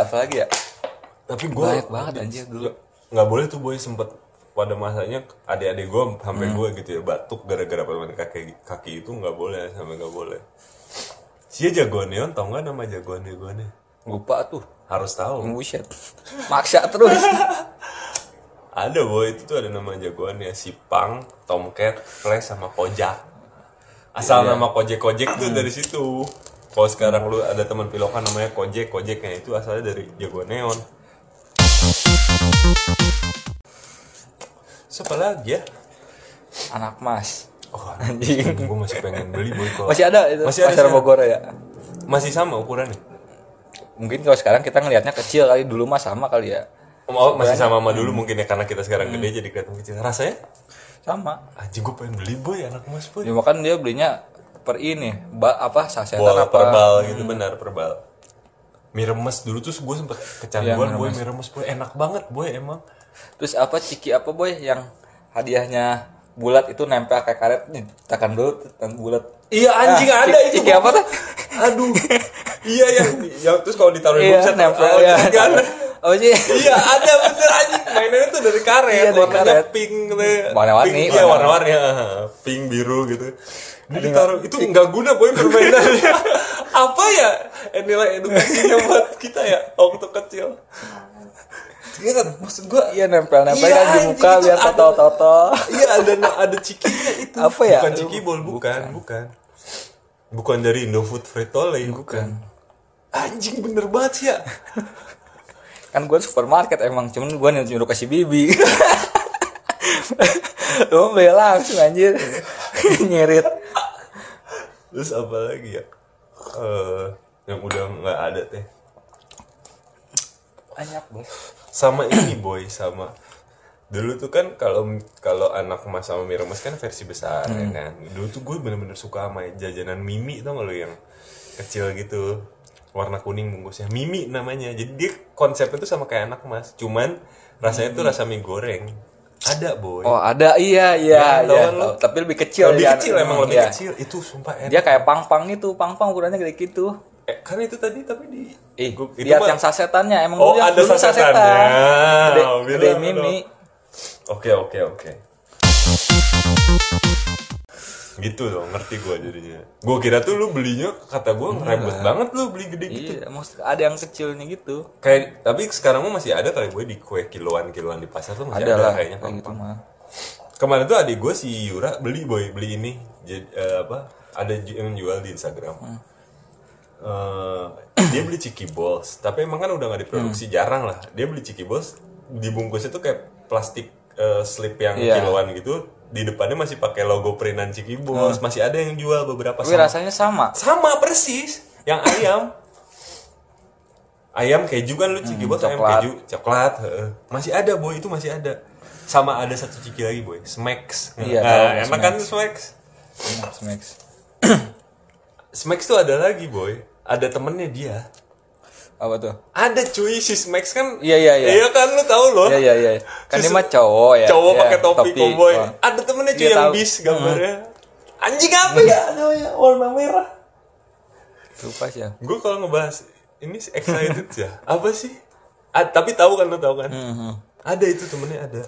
apalagi ya. Tapi gue banyak banget anjir dulu. Nggak boleh tuh boy, sempet pada masanya adik-adik gue sampai gue gitu ya batuk gara-gara permen kaki itu nggak boleh, sampai nggak boleh. Si jagoan neon, tau nggak nama jagoannya? Lupa tuh. Harus tahu. Buset. Maksa terus. Ada boy, itu tuh ada nama jagoannya, si Pang, Tomcat, Flash sama Kojak. Asal nama Kojek tuh dari situ. Kalau sekarang lu ada teman pilokan namanya Kojeknya itu asalnya dari jagoan neon. Siapa lagi ya? Anak Mas. Oh, Anjing. gue masih pengen beli boy kalau. Masih ada itu. Masih ada Pasar sekarang. Bogor ya. Masih sama ukurannya. Mungkin kalau sekarang kita ngelihatnya kecil kali, dulu mah sama kali ya. Oh, masih sama dulu mungkin ya, karena kita sekarang gede jadi kelihatan kecil. Rasanya? Sama. Anjing, gue pengen beli boy Anak Mas boy. Ya makan dia belinya per ini, sasetan Bol apa? perbal gitu, benar perbal. Mie remes dulu tuh gue sempet kecanduan boy, mie remes boy, enak banget boy emang. Terus apa ciki apa boy yang hadiahnya bulat itu nempel kayak karet, tekan dulu tekan bulat. Iya anjing, ada itu. Ciki apa tuh? Aduh. Iya yang terus kalau ditaruh di Iya, nempel ya. Oh sih. Iya, ada bener anjing. Mainannya tuh dari karet, Iya, dari warnanya karet. pink gitu. Warna-warni, Iya, warna-warni. Pink, biru gitu. Ini ditaruh, itu enggak guna boy permainannya. Apa ya nilai edukasinya buat kita ya waktu kecil? Iya kan, maksud gua Iya nempel-nempel iya, kan di muka anjing, biar itu ada- toto-toto. Iya, ada cikinya itu. Apa ya? Bukan cikibol, bukan. Bukan dari Indofood Frito-Lay, bukan. Anjing, bener banget sih ya. Kan gue supermarket emang, cuman gue nyuruh kasih bibi. Lu beli langsung anjir. Nyirit. Terus apa lagi ya? Yang udah nggak ada teh. Banyak bos. Sama ini boy, sama dulu tuh kan kalau Anak Mas sama mie remes kan versi besar ya kan. Dulu tuh gue bener-bener suka sama jajanan Mimi, tau gak lo yang kecil gitu, warna kuning bungkusnya, Mimi namanya. Jadi dia konsepnya tuh sama kayak Anak Mas, cuman rasanya tuh rasa mie goreng. Ada boy. Oh ada, iya. Tahu kan lo? Tapi lebih kecil. Lebih ya, kecil, emang lebih iya. kecil. Itu sumpah enak. Dia kayak pang-pang itu, pang-pang ukurannya gede gitu. Kan itu tadi tapi di itu Lihat mah- yang sasetannya emang Oh, dulu ada dulu sasetannya. Gede Bilang, Mimi. Oke. Gitu dong, ngerti gue jadinya. Gue kira tuh lu belinya, kata gue ribet banget lu beli gede gitu. Iya, maksud ada yang kecilnya gitu. Kayak tapi sekarang mah masih ada kali gue di kue kiloan di pasar tuh masih Ada ada lah kayaknya. kayak gitu mah. Kemarin tuh adik gue si Yura beli ini. Jadi ada yang jual di Instagram. Dia beli Chiki Balls, tapi emang kan udah nggak diproduksi, jarang lah. Dia beli Chiki Balls, dibungkusnya tuh kayak plastik slip yang kiloan gitu. Di depannya masih pakai logo printan Chiki Balls. Masih ada yang jual beberapa. Tapi rasanya sama. Sama persis, yang ayam keju kan lu Chiki Balls, ayam coklat. keju coklat. Masih ada boy, itu masih ada. Sama ada satu Chiki lagi boy, Smacks. Iya, Nah, tahu, enak kan Smacks. Smacks. Smacks tuh ada lagi boy, ada temennya dia. Apa tuh? Ada cuy, si Smacks kan. Iya. Iya kan, lu tahu loh. Iya. Kan dia mah cowok ya. Cowok Iya, pakai topi cowboy. Oh. Ada temennya cuy Dia yang tahu. bis gambarnya. Anjing apa ya namanya? Warna merah. Lupa sih ya. Gue kalau ngebahas ini excited ya. Apa sih? Tapi tahu kan, lu tahu kan? Ada itu temennya ada.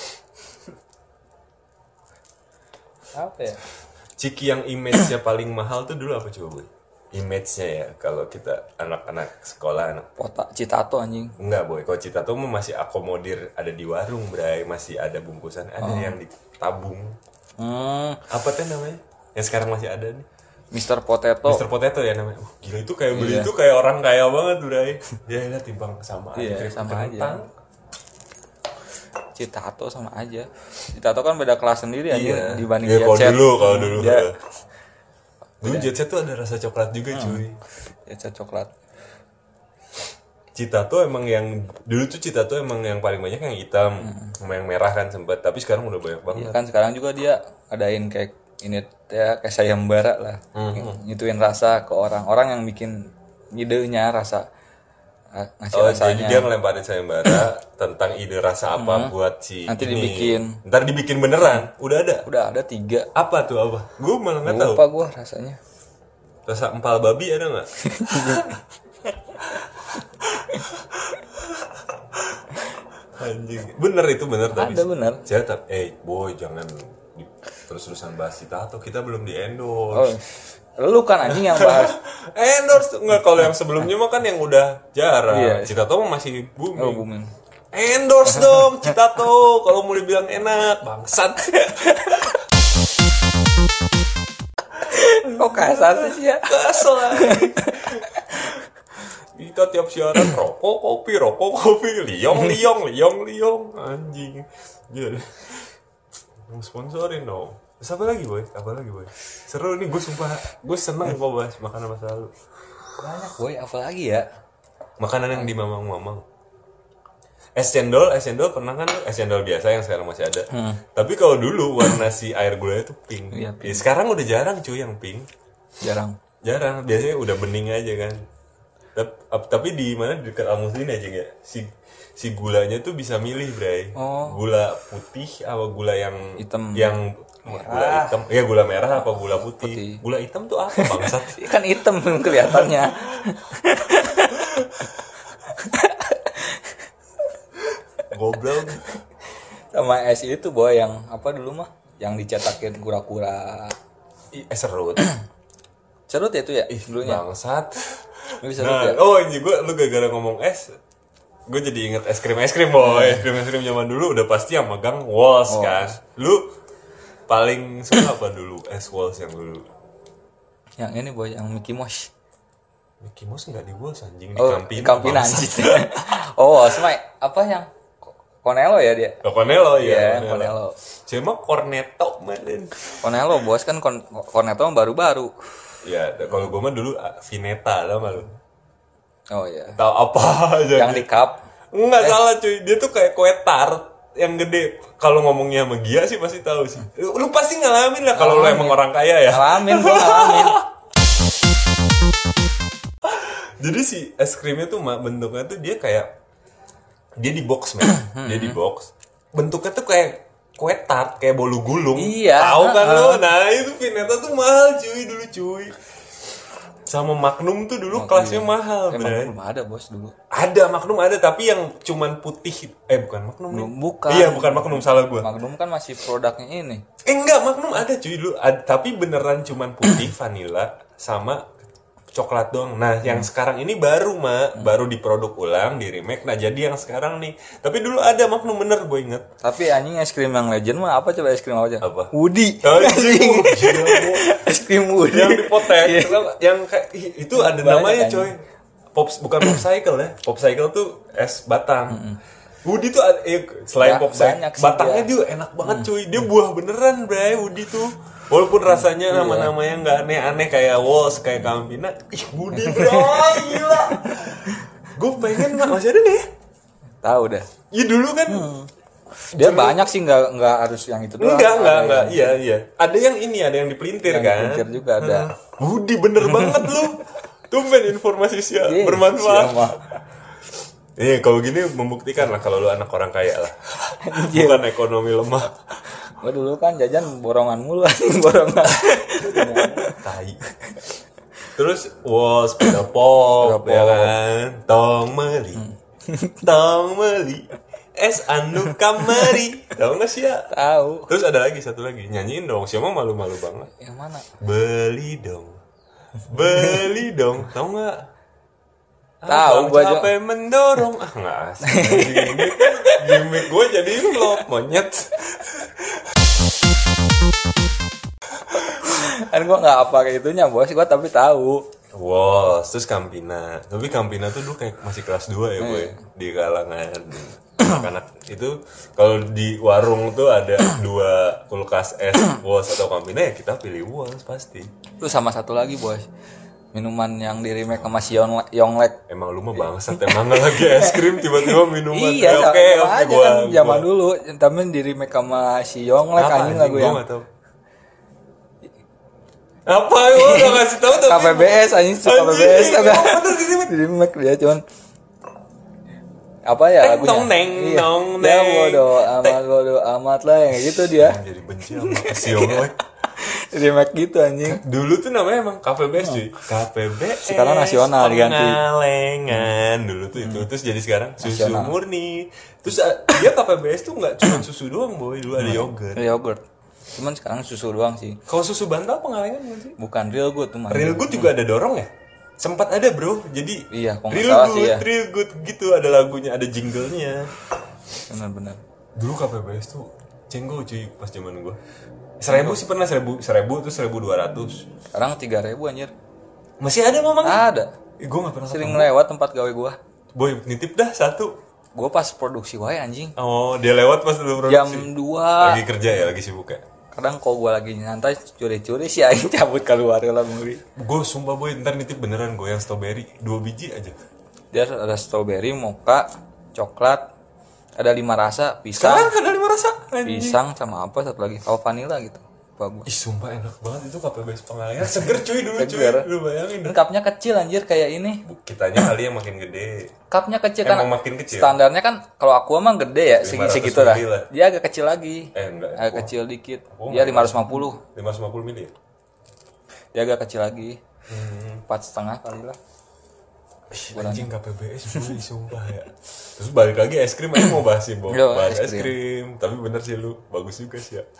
Apa ya? Ciki yang image-nya paling mahal tuh dulu apa coba boy? Image-nya ya, kalau kita anak-anak sekolah, Citato anjing. enggak boy, kalau Citato mah masih akomodir, ada di warung bray, masih ada bungkusan, ada yang ditabung. Apa tuh namanya? Yang sekarang masih ada nih. Mr. Potato. Mr. Potato ya namanya. Gila itu kayak beli itu kayak orang kaya banget bray. Ya timbang sama Iya, aja. sama aja. Citato sama aja. Citato kan beda kelas sendiri aja dibanding ya, Jet Set. kalau dulu. Dia- Dulu Jet Set tuh ada rasa coklat juga cuy. Jet Set coklat. Citato emang yang dulu tuh Citato emang yang paling banyak yang hitam sama yang merah kan sempat, tapi sekarang udah banyak banget. Iya kan sekarang juga dia adain kayak ini ya kayak sayembara lah. Nyituin rasa ke orang-orang yang bikin idenya rasa ngasih rasanya. Jadi dia ngelemparin sayembara tentang ide rasa apa buat si Nanti ini. dibikin. Ntar dibikin beneran. Udah ada. Udah ada 3. Apa tuh apa? Gue malah nggak tahu. Lupa gue rasanya. Rasa empal babi ada nggak? Anjing. Bener itu bener tadi. Ada bener. Saya boy jangan terus-terusan bahas Citato, kita belum di Oh, endorse. lu kan anjing yang bahas. Endorse enggak, kalau yang sebelumnya mah kan yang udah jarang. Iya. Citato mah masih booming. Oh, booming. Endorse dong Citato kalau mau dibilang enak, bangsat. Kok kasar sih ya? Kesel. Kita tiap siaran rokok kopi, liong anjing. Jadi mau sponsorin dong. Terus apa lagi boy? Seru nih, gue sumpah, gue seneng kok bahas makanan masa lalu. Banyak boy, apalagi ya? Makanan yang di mamang. Es cendol pernah kan? Es cendol biasa yang sekarang masih ada. Tapi kalau dulu warna si air gulanya tuh pink. Iya, pink. Sekarang udah jarang cuy yang pink. Jarang. Biasanya udah bening aja kan. Tapi di mana dekat Al-Muslin aja nggak? Si gulanya tuh bisa milih, Bray. Oh. Gula putih apa gula yang Hitam. Yang gula hitam. Ya gula merah apa gula putih. Gula hitam tuh apa bangsat? Kan hitam kelihatannya. Goblok. Sama es itu boy yang apa dulu mah? Yang dicetakin kura-kura. Serut. Serut ya itu ya? Dulunya. Bangsat. Lu serut Nah, ya? ini lu gara-gara ngomong es, gue jadi inget es krim boy. Es krim zaman dulu udah pasti yang megang Walls kan. Lu paling suka apa dulu es Walls yang dulu? Yang ini boy, yang Mickey Mouse. Mickey Mouse nggak di Walls anjing, Di Kampina anjing. Oh, semai apa yang Konelo ya dia? Konelo ya. Iya, Konelo. Cuma Cornetto man. Konelo bos kan Cornetto baru-baru. Ya, kalau gue mah dulu Vineta, tau gak lu? Oh iya. Tahu apa aja? Yang di cup. Enggak salah cuy, dia tuh kayak kue tart yang gede. Kalau ngomongnya sama Gia sih pasti tahu sih. Lu pasti ngalamin lah kalau lu emang orang kaya ya. Ngalamin. Jadi si es krimnya tuh bentuknya tuh dia kayak dia di box men. Dia di box. Bentuknya tuh kayak kue tart, kayak bolu gulung. Iya. Tahu kan lu? Nah, itu Vineta tuh mahal cuy dulu cuy. Sama Magnum tuh dulu kelasnya mahal, Magnum ada bos dulu. Ada Magnum ada, tapi yang cuman putih. Bukan Magnum nih. Bukan. Iya, bukan Magnum, salah gua. Magnum kan masih produknya ini. Enggak, Magnum ada cuy dulu. Tapi beneran cuman putih, vanilla sama coklat doang. Nah, yang sekarang ini baru baru diproduk ulang, di remake. Nah, jadi yang sekarang nih. Tapi dulu ada Magnum bener, gue inget. Tapi anjing es krim yang legend mah apa coba es krim apa aja? Apa? Woody. Oh, anjing. Es krim Woody. Yang dipotek. Yang kayak itu ada Banyak, namanya, anjing. coy. Bukan Popsicle ya. Popsicle tuh es batang. Woody tuh selain Popsicle, batangnya dia enak banget, cuy. Dia buah beneran, Bray, Woody tuh. Walaupun rasanya nama-namanya nggak aneh-aneh kayak Walls, kayak Campina, Woody bro, gila. Gue pengen masih ada deh. Tahu dah. Iya dulu kan. Dia banyak sih nggak harus yang itu doang. Enggak. Iya. Ada yang ini, ada yang dipelintir kan. Dipelintir juga ada. Woody bener banget lu. Tumben informasi bermanfaat. Kalau gini membuktikan lah kalau lu anak orang kaya lah. Bukan ekonomi lemah. Gue dulu kan jajan borongan mulu. Borongan. Tai. Terus sepeda pop ya kan. Tong meli es anu kamari. Tahu nggak sih ya? Tahu. Terus ada lagi satu lagi, nyanyiin dong. Siapa malu-malu banget. Yang mana? Beli dong. Tahu nggak? Tahu gua aja. Capek mendorong. Nggak asik. Gimik gue jadi flop monyet. Kan gue nggak apa kayak itunya bos, gue tapi tahu. Wow, terus Campina. Tapi Campina tuh dulu kayak masih kelas 2 ya boy. Di kalangan anak-anak itu. Kalau di warung tuh ada 2 kulkas es Walls atau Campina, ya kita pilih Walls pasti. Lu sama satu lagi bos, minuman yang di remake sama si Yonglek. Emang lu mah bangsat, emang lagi es krim tiba-tiba minuman. Iya, oke, kan zaman dulu, tapi di remake sama si Yonglek anjing lagu yang apa lu udah ngasih tahu tapi KPBS anjing KPBS di remake dia cuman apa ya lagunya? Ya bodo amat lah yang gitu dia. Jadi benci sama si Yonglek. remake gitu anjing. Dulu tuh namanya emang KPBS cuy. KPBS. Sekarang nasional diganti. Pengalengan dulu tuh itu. Terus jadi sekarang susu Nasional. murni. Terus dia KPBS tuh nggak cuma susu doang boy. Dulu ada yogurt. Yogurt. Cuman sekarang susu doang sih. Kalau susu bantal Pengalengan bukan sih? Bukan Real Good tuh mah. Real Good juga ada dorong ya? Sempat ada bro. Jadi Iya, kalau nggak Real salah Good, sih ya. Real Good gitu ada lagunya, ada jinglenya. Benar-benar. Dulu KPBS tuh cenggo cuy pas zaman gua. 1.000 sih pernah 1.000 terus 1.200. Sekarang 3.000 anjir. Masih ada mamang? Ada. Gue gak pernah Sering ketemu. lewat tempat gawe gua. Boy nitip dah satu. Gua pas produksi wae anjing. Oh dia lewat pas lu produksi. Jam 2. Lagi kerja ya, lagi sibuk ya. Kadang kalau gua lagi nyantai curi-curi sih aing cabut keluar lah beli. Gue sumpah boy ntar nitip beneran gue yang strawberry 2 biji aja. Dia ada strawberry, mocha, coklat, ada 5 rasa, pisang, Sekarang ada 5 rasa. Anjing. pisang sama apa satu lagi, kalau vanilla gitu. Bagus. Ih sumpah enak banget itu KPBS Pengalengan. Seger cuy dulu Seger. cuy. Lu bayangin. Dan cupnya kecil anjir kayak ini. Kitanya kali yang makin gede. Cupnya kecil kan. Emang makin kecil? Standarnya kan kalau aku emang gede ya, 500 segitu lah. mili lah. Dia agak kecil lagi. Enggak. Agak kecil dikit. Oh, Dia 550. 550 mili ya? Dia agak kecil lagi. 4,5 kali lah. Ih, anjing KPBS boy sumpah ya. Terus balik lagi es krim aja mau bahas sih, Bo. Yo, Bahas es es krim. Tapi bener sih lu, bagus juga sih ya.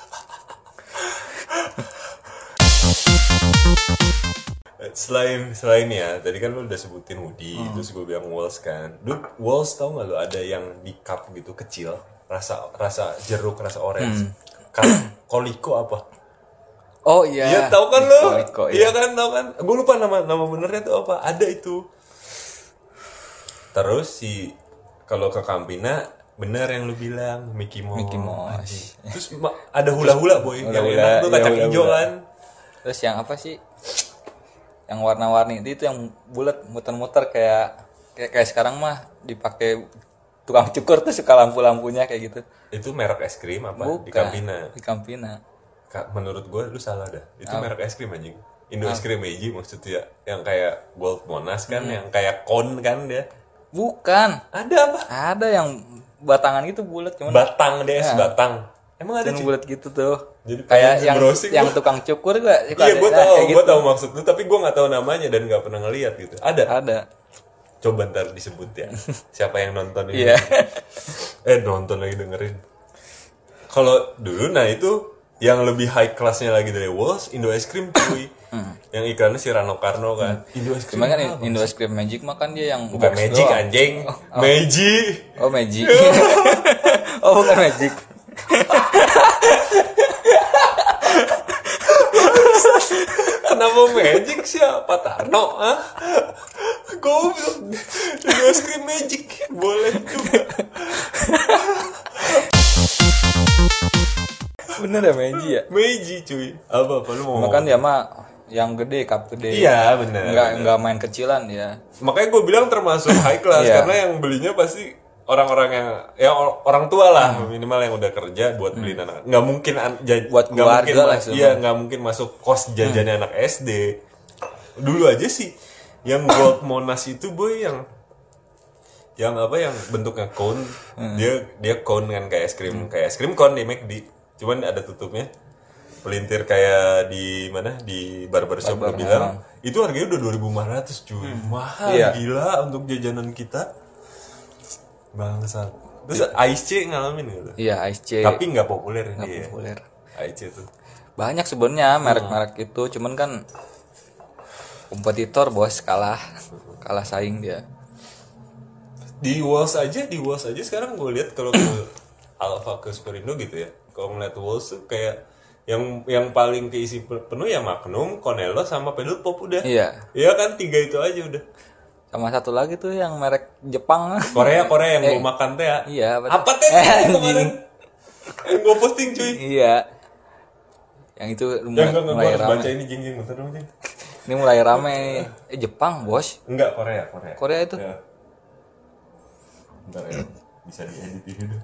Selain ya, tadi kan lu udah sebutin hoodie, terus gue bilang walls kan. Lu walls tau gak lu ada yang di cup gitu kecil, rasa jeruk, rasa orange. Koliko apa? Oh iya. Iya tahu kan lu? Koliko, Iya kan tahu kan? Gue lupa nama benernya tuh apa. Ada itu. Terus kalau ke Campina bener yang lu bilang Mickey Mouse. Mickey Mouse. Terus ada hula-hula boy. Yang Hula-hula, enak tuh iya, kacang hula-hula. hijau kan. Terus yang apa sih? Yang warna-warni itu yang bulat muter-muter kayak sekarang mah dipakai tukang cukur tuh suka lampu-lampunya kayak gitu. Itu merek es krim apa? Bukan. Di Campina. Di Campina. Menurut gue lu salah dah. Itu merek es krim anjing. Indo es krim Meiji maksudnya. Yang kayak Gold Monas kan, yang kayak cone kan dia. Bukan. Ada apa? Ada yang batangan itu bulat cuman Batang DS batang. Emang ada cuman cuy? bulat gitu tuh. Jadi Kayak pengen yang browsing yang gua. tukang cukur gua suka Iya, gue ada- tahu, kayak gue gitu. tahu maksud lu, tapi gue nggak tahu namanya dan nggak pernah ngeliat gitu. Ada. Ada. Coba ntar disebut ya. Siapa yang nonton ini? Iya. Nonton lagi dengerin. Kalau dulu, nah itu yang lebih high classnya lagi dari Walls, Indo Ice Cream cuy. Yang iklannya si Rano Karno kan. Indo Ice Cream. Cuman kan Indo Ice Cream Magic mah kan dia yang Bukan box Magic doang. anjing. Magic. Oh Magic. Oh bukan Magic. Kenapa Magic sih? Pak Tarno? Ah? Goblok. Indo Ice Cream Magic. Boleh juga. Bener ya Magic ya. Meiji cuy. Apa lu mau? Makan dia mah yang gede, cup gede. Iya benar. Enggak main kecilan ya. Makanya gue bilang termasuk high class Iya. karena yang belinya pasti orang-orang yang orang tua lah minimal yang udah kerja buat beli anak. Nggak mungkin Buat nggak keluarga mungkin lah semua. iya nggak mungkin masuk kos jajannya anak SD. Dulu aja sih yang Gold Monas itu boy yang apa yang bentuknya cone dia cone kan kayak es krim cone di McD cuman ada tutupnya pelintir kayak di mana di barbershop gue bilang itu harganya udah 2.500 cuy mahal Iya. gila untuk jajanan kita bangsat terus Ice C ngalamin gitu Iya Ice C. tapi nggak populer Nggak dia populer. Ice C tuh Banyak sebenarnya merek-merek itu, cuman kan kompetitor bos kalah saing dia. di Walls aja sekarang gue lihat kalau ke Alfa ke Superindo gitu ya kalau ngeliat Walls tuh kayak yang paling keisi penuh ya Magnum, Cornello sama Pedal Pop udah. Iya. Iya kan 3 itu aja udah. Sama satu lagi tuh yang merek Jepang. Korea yang gue makan teh ya. Iya. Apa teh Anjing. kemarin? Yang gue posting cuy. Iya. Yang itu Yang mulai, gue mulai harus rame. baca ini jeng bentar dong jeng. Ini mulai rame. Jepang bos. Enggak Korea. Korea itu. Ya. Bentar ya. Bisa diedit ini deh.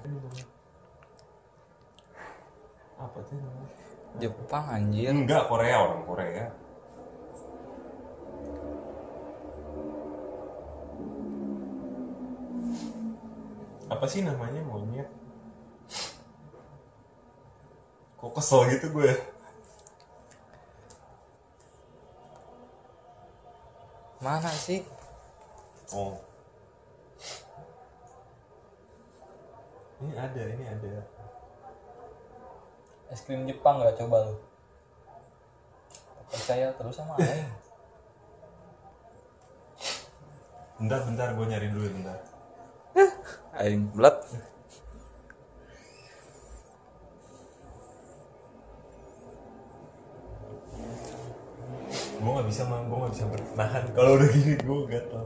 Apa tuh namanya? Jepang anjir. Enggak Korea orang Korea. Apa sih namanya monyet? Kok kesel gitu gue? Mana sih? Oh. Ini ada. Es krim Jepang nggak coba lu? Percaya terus sama Aing. Bentar, gue nyari dulu bentar. Aing belat. Gue nggak bisa nahan. Kalau udah gini gue gatel.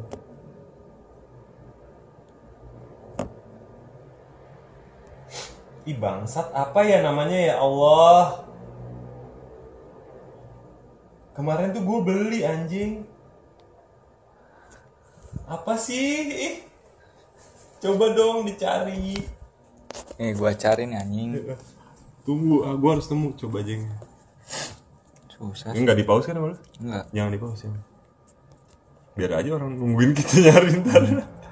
Ih bangsat, apa ya namanya ya Allah. Kemarin tuh gue beli anjing. Apa sih? Ih. Coba dong dicari. Nih gua cari nih anjing. Tunggu, gue harus nemu. Coba aja. Susah. Ini nggak di pause kan malah? Enggak. Jangan di pause ya. Biar aja orang nungguin kita nyari ntar.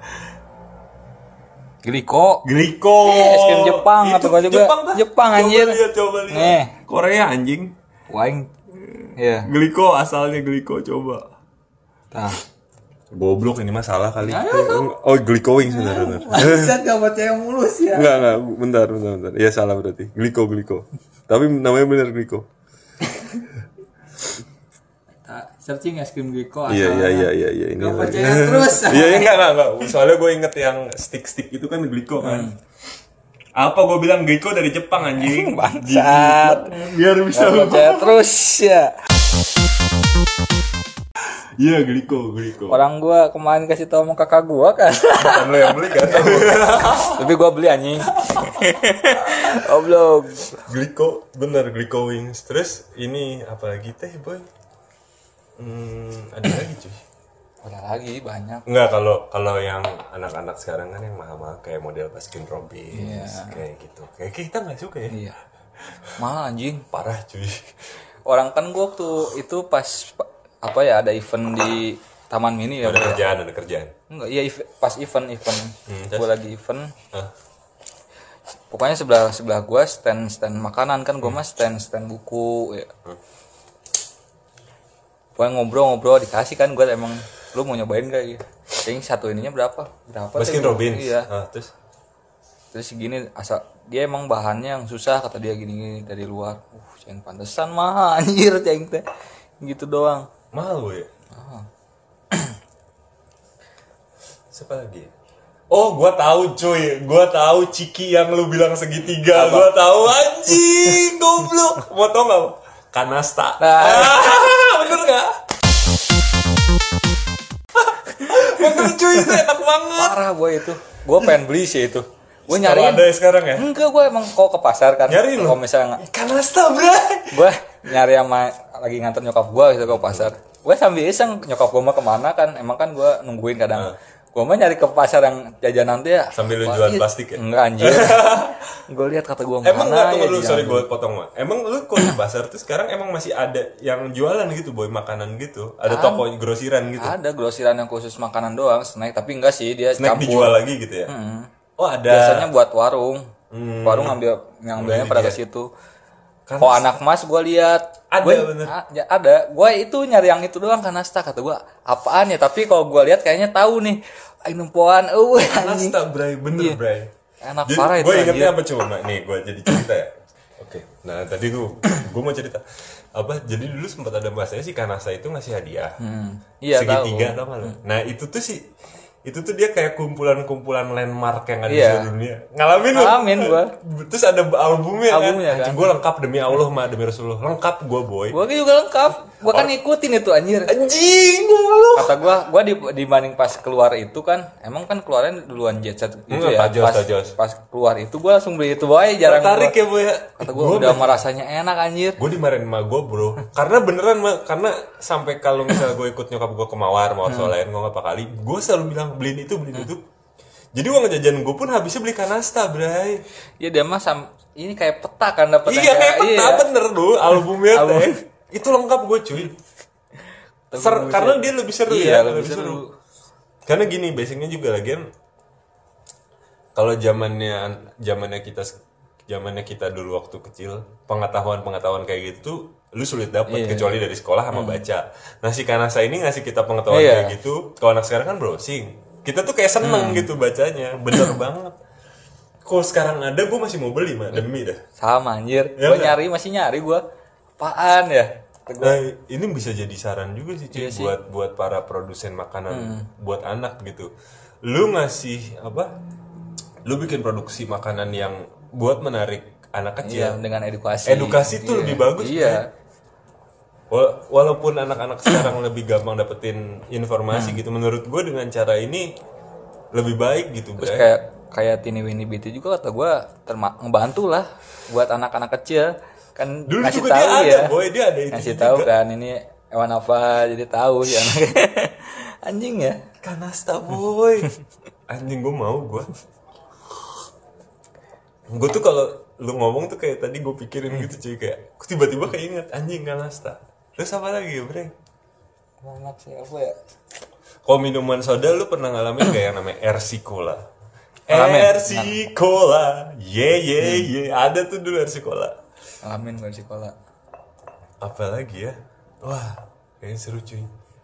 Gliko. Es Es krim Jepang atau gua juga. Jepang anjir. Coba lihat. Nih. Korea anjing. Waing. Iya. Gliko, asalnya Gliko, coba. Tah. Goblok ini masalah kali. Oh, Gliko Wings benar. Bangsat gak baca yang mulus ya. Enggak, bentar. Iya salah berarti. Gliko. Tapi namanya benar Gliko. Searching es krim Gliko. Iya ini. Gak percaya terus. Iya enggak. Soalnya gue inget yang stick itu kan Gliko kan. Apa gue bilang Gliko dari Jepang anjing. Bangsat. Biar bisa Gak percaya terus ya. Iya Gliko. Orang gua kemarin kasih tau sama kakak gua kan. Bukan lo yang beli kan? Tapi gua beli anjing. Goblok. Gliko, bener Gliko Wings. Terus ini apa lagi teh boy? Ada lagi cuy. Ada lagi banyak. Enggak, kalau yang anak-anak sekarang kan yang mahal-mahal kayak model Baskin Robbins, kayak gitu. Kayak kita nggak suka ya? Iya. Mahal anjing. Parah cuy. Orang kan gua waktu itu pas apa ya ada event di Taman Mini ya. Ada kerjaan. Enggak, iya pas event. Gua lagi event. Hah? Pokoknya sebelah gua stand makanan kan, gua mah stand buku ya. Pokoknya ngobrol dikasih kan, gua emang lu mau nyobain gak ya? Kayaknya satu ininya berapa Baskin Robbins. Iya. Terus gini asal dia emang bahannya yang susah kata dia gini dari luar. Ceng pantesan mah anjir ceng teh. Gitu doang. mahal gue ya. Siapa lagi? Oh, gua tahu cuy. Gua tahu Ciki yang lu bilang segitiga. Apa? Gua tahu anjing, goblok. Mau tau enggak? Kanasta. Bener enggak? Bener cuy, itu enak banget. Parah boy itu. Gue pengen beli sih itu. Gue Kalau nyariin. ada ya sekarang ya? Enggak, gue emang kok ke pasar kan. Nyariin lo? Kalau misalnya Kanasta, bray. gue nyari sama lagi nganter nyokap gue gitu ke pasar. Gue sambil iseng nyokap gue mah kemana kan. Emang kan gue nungguin kadang. Gue mah nyari ke pasar yang jajanan tuh ya. Sambil lu jual plastik ya? Enggak anjir. Gue lihat kata gue mana. Emang nggak tunggu ya lu, di sorry Jambi. gue potong mah. Emang lu kalau di pasar tuh sekarang emang masih ada yang jualan gitu boy, makanan gitu. Ada toko grosiran gitu. Ada grosiran yang khusus makanan doang, snack, tapi enggak sih dia Snack campur. dijual lagi gitu ya. Oh ada. Biasanya buat warung. Warung ngambilnya pada ke situ. Kan- Oh anak mas gue lihat Ada, bener. ada gue itu nyari yang itu doang kanasta kata gue apaan ya, tapi kalau gue lihat kayaknya tahu nih numpuan anjing Kanasta bray, bener Iya. bray. enak Jadi, parah itu gue ingetnya anjir. apa coba Mak? Nih gue jadi cerita ya. Oke. Nah tadi tuh gue mau cerita apa? Jadi dulu sempat ada masanya si Kanasta itu ngasih hadiah. Iya Segitiga tahu. tau gak lu? Nah itu tuh dia kayak kumpulan landmark yang ada di Iya. seluruh dunia. Ngalamin lu? Ngalamin gua. Terus ada albumnya kan? Albumnya kan. Anjing, gue lengkap demi Allah mah, demi Rasulullah. Lengkap gue boy. Gue juga lengkap, gue kan ngikutin itu anjir. Anjing lu. Kata gue dibanding pas keluar itu kan, emang kan keluarnya duluan jet set itu ya. tajos. Pas keluar itu gue langsung beli itu boy, jarang Tertarik gua- ya boy. Kata gue udah merasanya enak anjir. Gue dimarahin sama gue bro. Karena beneran mah, karena sampai kalau misalnya gue ikut nyokap gue ke Mawar Solayan, gue berapa kali, gue selalu bilang beliin itu. Jadi uang jajan gue pun habisnya beli Kanasta, bray. Ya dia mah ini kayak peta kan dapat Iya kayak peta bener tuh albumnya Album. teh. Itu lengkap gue cuy. Karena dia lebih seru Iya, ya, lebih seru. Karena gini, basicnya juga lagian kalau zamannya kita dulu waktu kecil, pengetahuan kayak gitu tuh lu sulit dapat Iya. kecuali dari sekolah sama baca. Nah si Kanasa ini ngasih kita pengetahuan Iya. kayak gitu. Kalau anak sekarang kan browsing, kita tuh kayak seneng gitu bacanya, bener banget. Kalau sekarang ada, gue masih mau beli mah demi dah. Sama anjir. Ya Gua nggak? masih nyari gua. Apaan ya? Nah, ini bisa jadi saran juga sih cuy Iya sih. buat para produsen makanan buat anak gitu. Lu ngasih apa? Lu bikin produksi makanan yang buat menarik anak Iya, kecil. dengan edukasi. Edukasi tuh lebih bagus, Iya. Walaupun anak-anak sekarang lebih gampang dapetin informasi gitu, menurut gue dengan cara ini lebih baik gitu, Terus Bray. kayak Tini Winnie BT juga kata gua ngebantu lah buat anak-anak kecil. Kan Dulu ngasih juga tahu dia ada, ya. boy, dia ada itu Ngasih juga. tahu kan ini hewan apa, jadi tahu si anak. Anjing ya. Kanasta boy. Anjing gue mau gue. Gue tuh kalau lu ngomong tuh kayak tadi gue pikirin gitu cuy, kayak tiba-tiba keinget anjing kanasta. Terus apa lagi ya bre? Anak sih apa ya? Kalau minuman soda lu pernah ngalamin kayak yang namanya RC Cola? Ngalamin. RC Cola, ye. Ada tuh dulu RC Cola. Alamin gue di sekolah. Apa lagi ya? Wah, kayaknya seru cuy.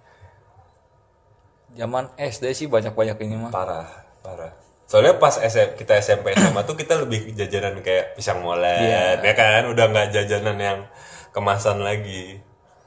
Zaman SD sih banyak-banyak ini mah. Parah. Soalnya pas kita SMP SMA tuh kita lebih jajanan kayak pisang molen, ya kan? Udah nggak jajanan yang kemasan lagi.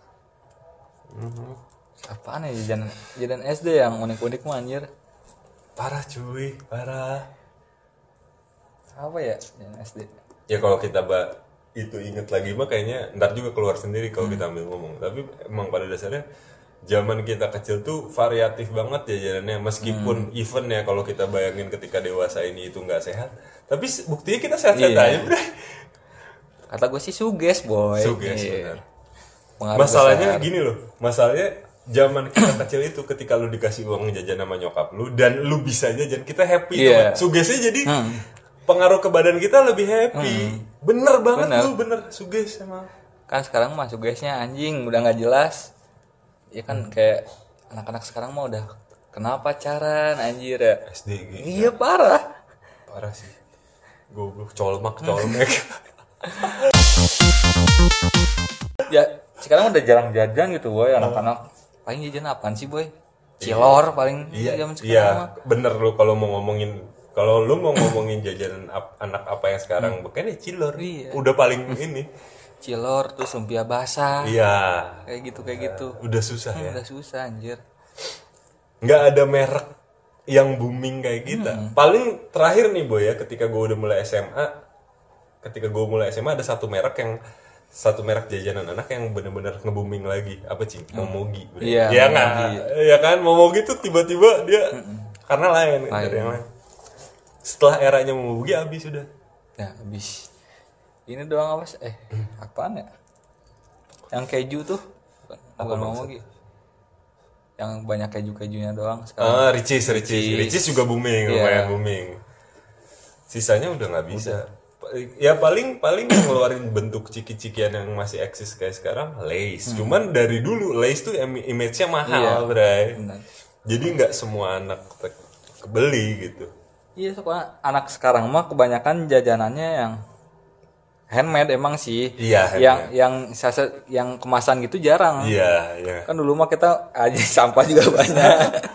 Apaan ya jajan SD yang unik-unik mah anjir. Parah cuy, parah. Apa ya jajan SD? Ya kalau kita itu inget lagi mah kayaknya ntar juga keluar sendiri kalau kita ambil ngomong. Tapi emang pada dasarnya zaman kita kecil tuh variatif banget jajanannya, meskipun even ya kalau kita bayangin ketika dewasa ini itu nggak sehat, tapi buktinya kita sehat-sehat Iya. aja bre. Kata gue sih suges boy. Suges, Iya. benar. Pengaruh Masalahnya besar. gini loh, masalahnya zaman kita kecil itu ketika lu dikasih uang jajan sama nyokap lu dan lu bisa jajan, kita happy tuh, Iya. kan. Sugesnya jadi pengaruh ke badan kita lebih happy. Bener banget Bener. lu, bener suges emang. Kan sekarang mah sugesnya anjing udah nggak jelas. Ya kan kayak anak-anak sekarang mah udah kenapa pacaran anjir ya. SD gitu. Iya parah. Parah sih. Goblok, colmek. Ya sekarang udah jarang jajan gitu boy anak-anak. Paling jajan apaan sih boy? Cilor paling zaman sekarang Iya, mah. bener lu kalau lu mau ngomongin jajanan anak apa yang sekarang, bukannya cilor. Iya. Udah paling ini. Cilor terus lumpia basah. Iya. Kayak gitu. Udah susah ya. Udah susah anjir. Nggak ada merek yang booming kayak kita. Paling terakhir nih boy ya, ketika gue udah mulai SMA, ada satu merek jajanan anak yang bener-bener nge-booming lagi. Apa sih? Momogi. Iya, Ya Momogi. nggak? Ya kan, Momogi tuh tiba-tiba dia karena lain dari yang lain. Setelah eranya Momogi habis sudah. Ya habis. Ini doang apa sih? Apaan ya? Yang keju tuh bukan Momogi. Yang banyak keju-kejunya doang sekarang. Ricis juga booming, Iya. lumayan booming. Sisanya udah nggak bisa. Ya paling yang ngeluarin bentuk ciki-cikian yang masih eksis kayak sekarang Lay's. Cuman dari dulu Lay's tuh image-nya mahal, Iya. bray. Benar. Jadi nggak semua anak kebeli gitu. Iya, soalnya anak sekarang mah kebanyakan jajanannya yang handmade emang sih. Iya, Yang kemasan gitu jarang. Iya. Kan dulu mah kita aja sampah juga banyak.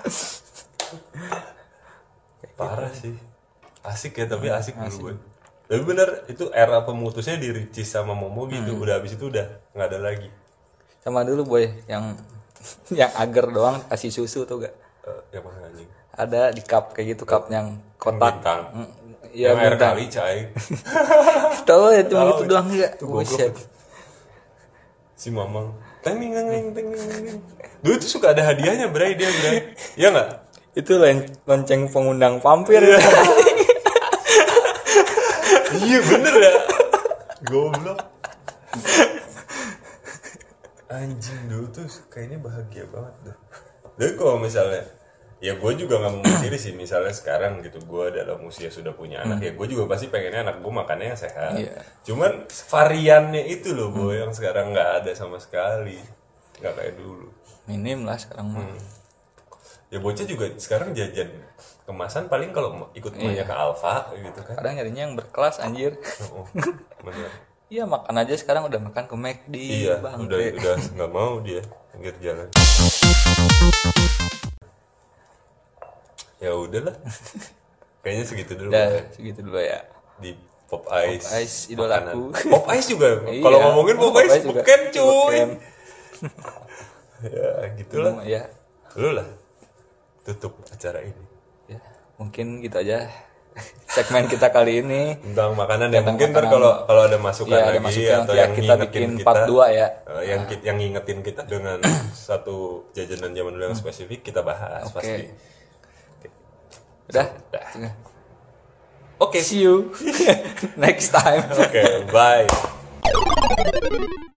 Parah sih. Asik ya, tapi asik dulu gue. Tapi bener, itu era pemutusnya di Ricis sama Momo gitu. Udah habis itu udah nggak ada lagi. Sama dulu boy yang agar doang kasih susu tuh gak? Yang mana anjing? Ada di cup kayak gitu, cup yang kotak. Bintang. Iya, Yang air bintang. kali, cai. Tahu ya cuma Tahu, gitu doang enggak? itu goblok. Si Mamang. Teng. Dulu tuh suka ada hadiahnya, Bray, dia, Bray. Iya nggak? Itu lonceng pengundang vampir. Iya bener ya. Goblok. Anjing, dulu tuh kayaknya bahagia banget dah. Tapi kalau misalnya, ya gue juga nggak memungkiri sih, misalnya sekarang gitu gue dalam usia sudah punya anak, ya gue juga pasti pengennya anak gue makannya yang sehat. Iya. Cuman variannya itu loh boy, yang sekarang nggak ada sama sekali, nggak kayak dulu. Minim lah sekarang mah. Ya bocah juga sekarang jajan kemasan paling kalau ikut temannya ke Alfa gitu kan. Kadang nyarinya yang berkelas anjir. Oh, bener. Iya, makan aja sekarang udah makan ke McD. Iya, bangke. udah nggak mau dia pinggir jalan. Ya udahlah. Kayaknya segitu dulu Udah Bang, ya. segitu dulu ya. Di Pop Ice. Pop Ice, idolaku. Makanan. Pop Ice juga. Iya. Kalau ngomongin Pop Ice juga. beken cuy. Beken. Ya, gitulah. Ya. Lu lah tutup acara ini. Ya, mungkin gitu aja segmen kita kali ini. Tentang makanan ya, Tentang mungkin ntar makanan. kalau ada masukan Ya, ada lagi masukan atau ya, yang kita ngingetin bikin kita, part 2 ya. yang ngingetin kita dengan satu jajanan zaman dulu yang spesifik kita bahas Oke. pasti. Udah. Oke. See you next time. Oke, bye.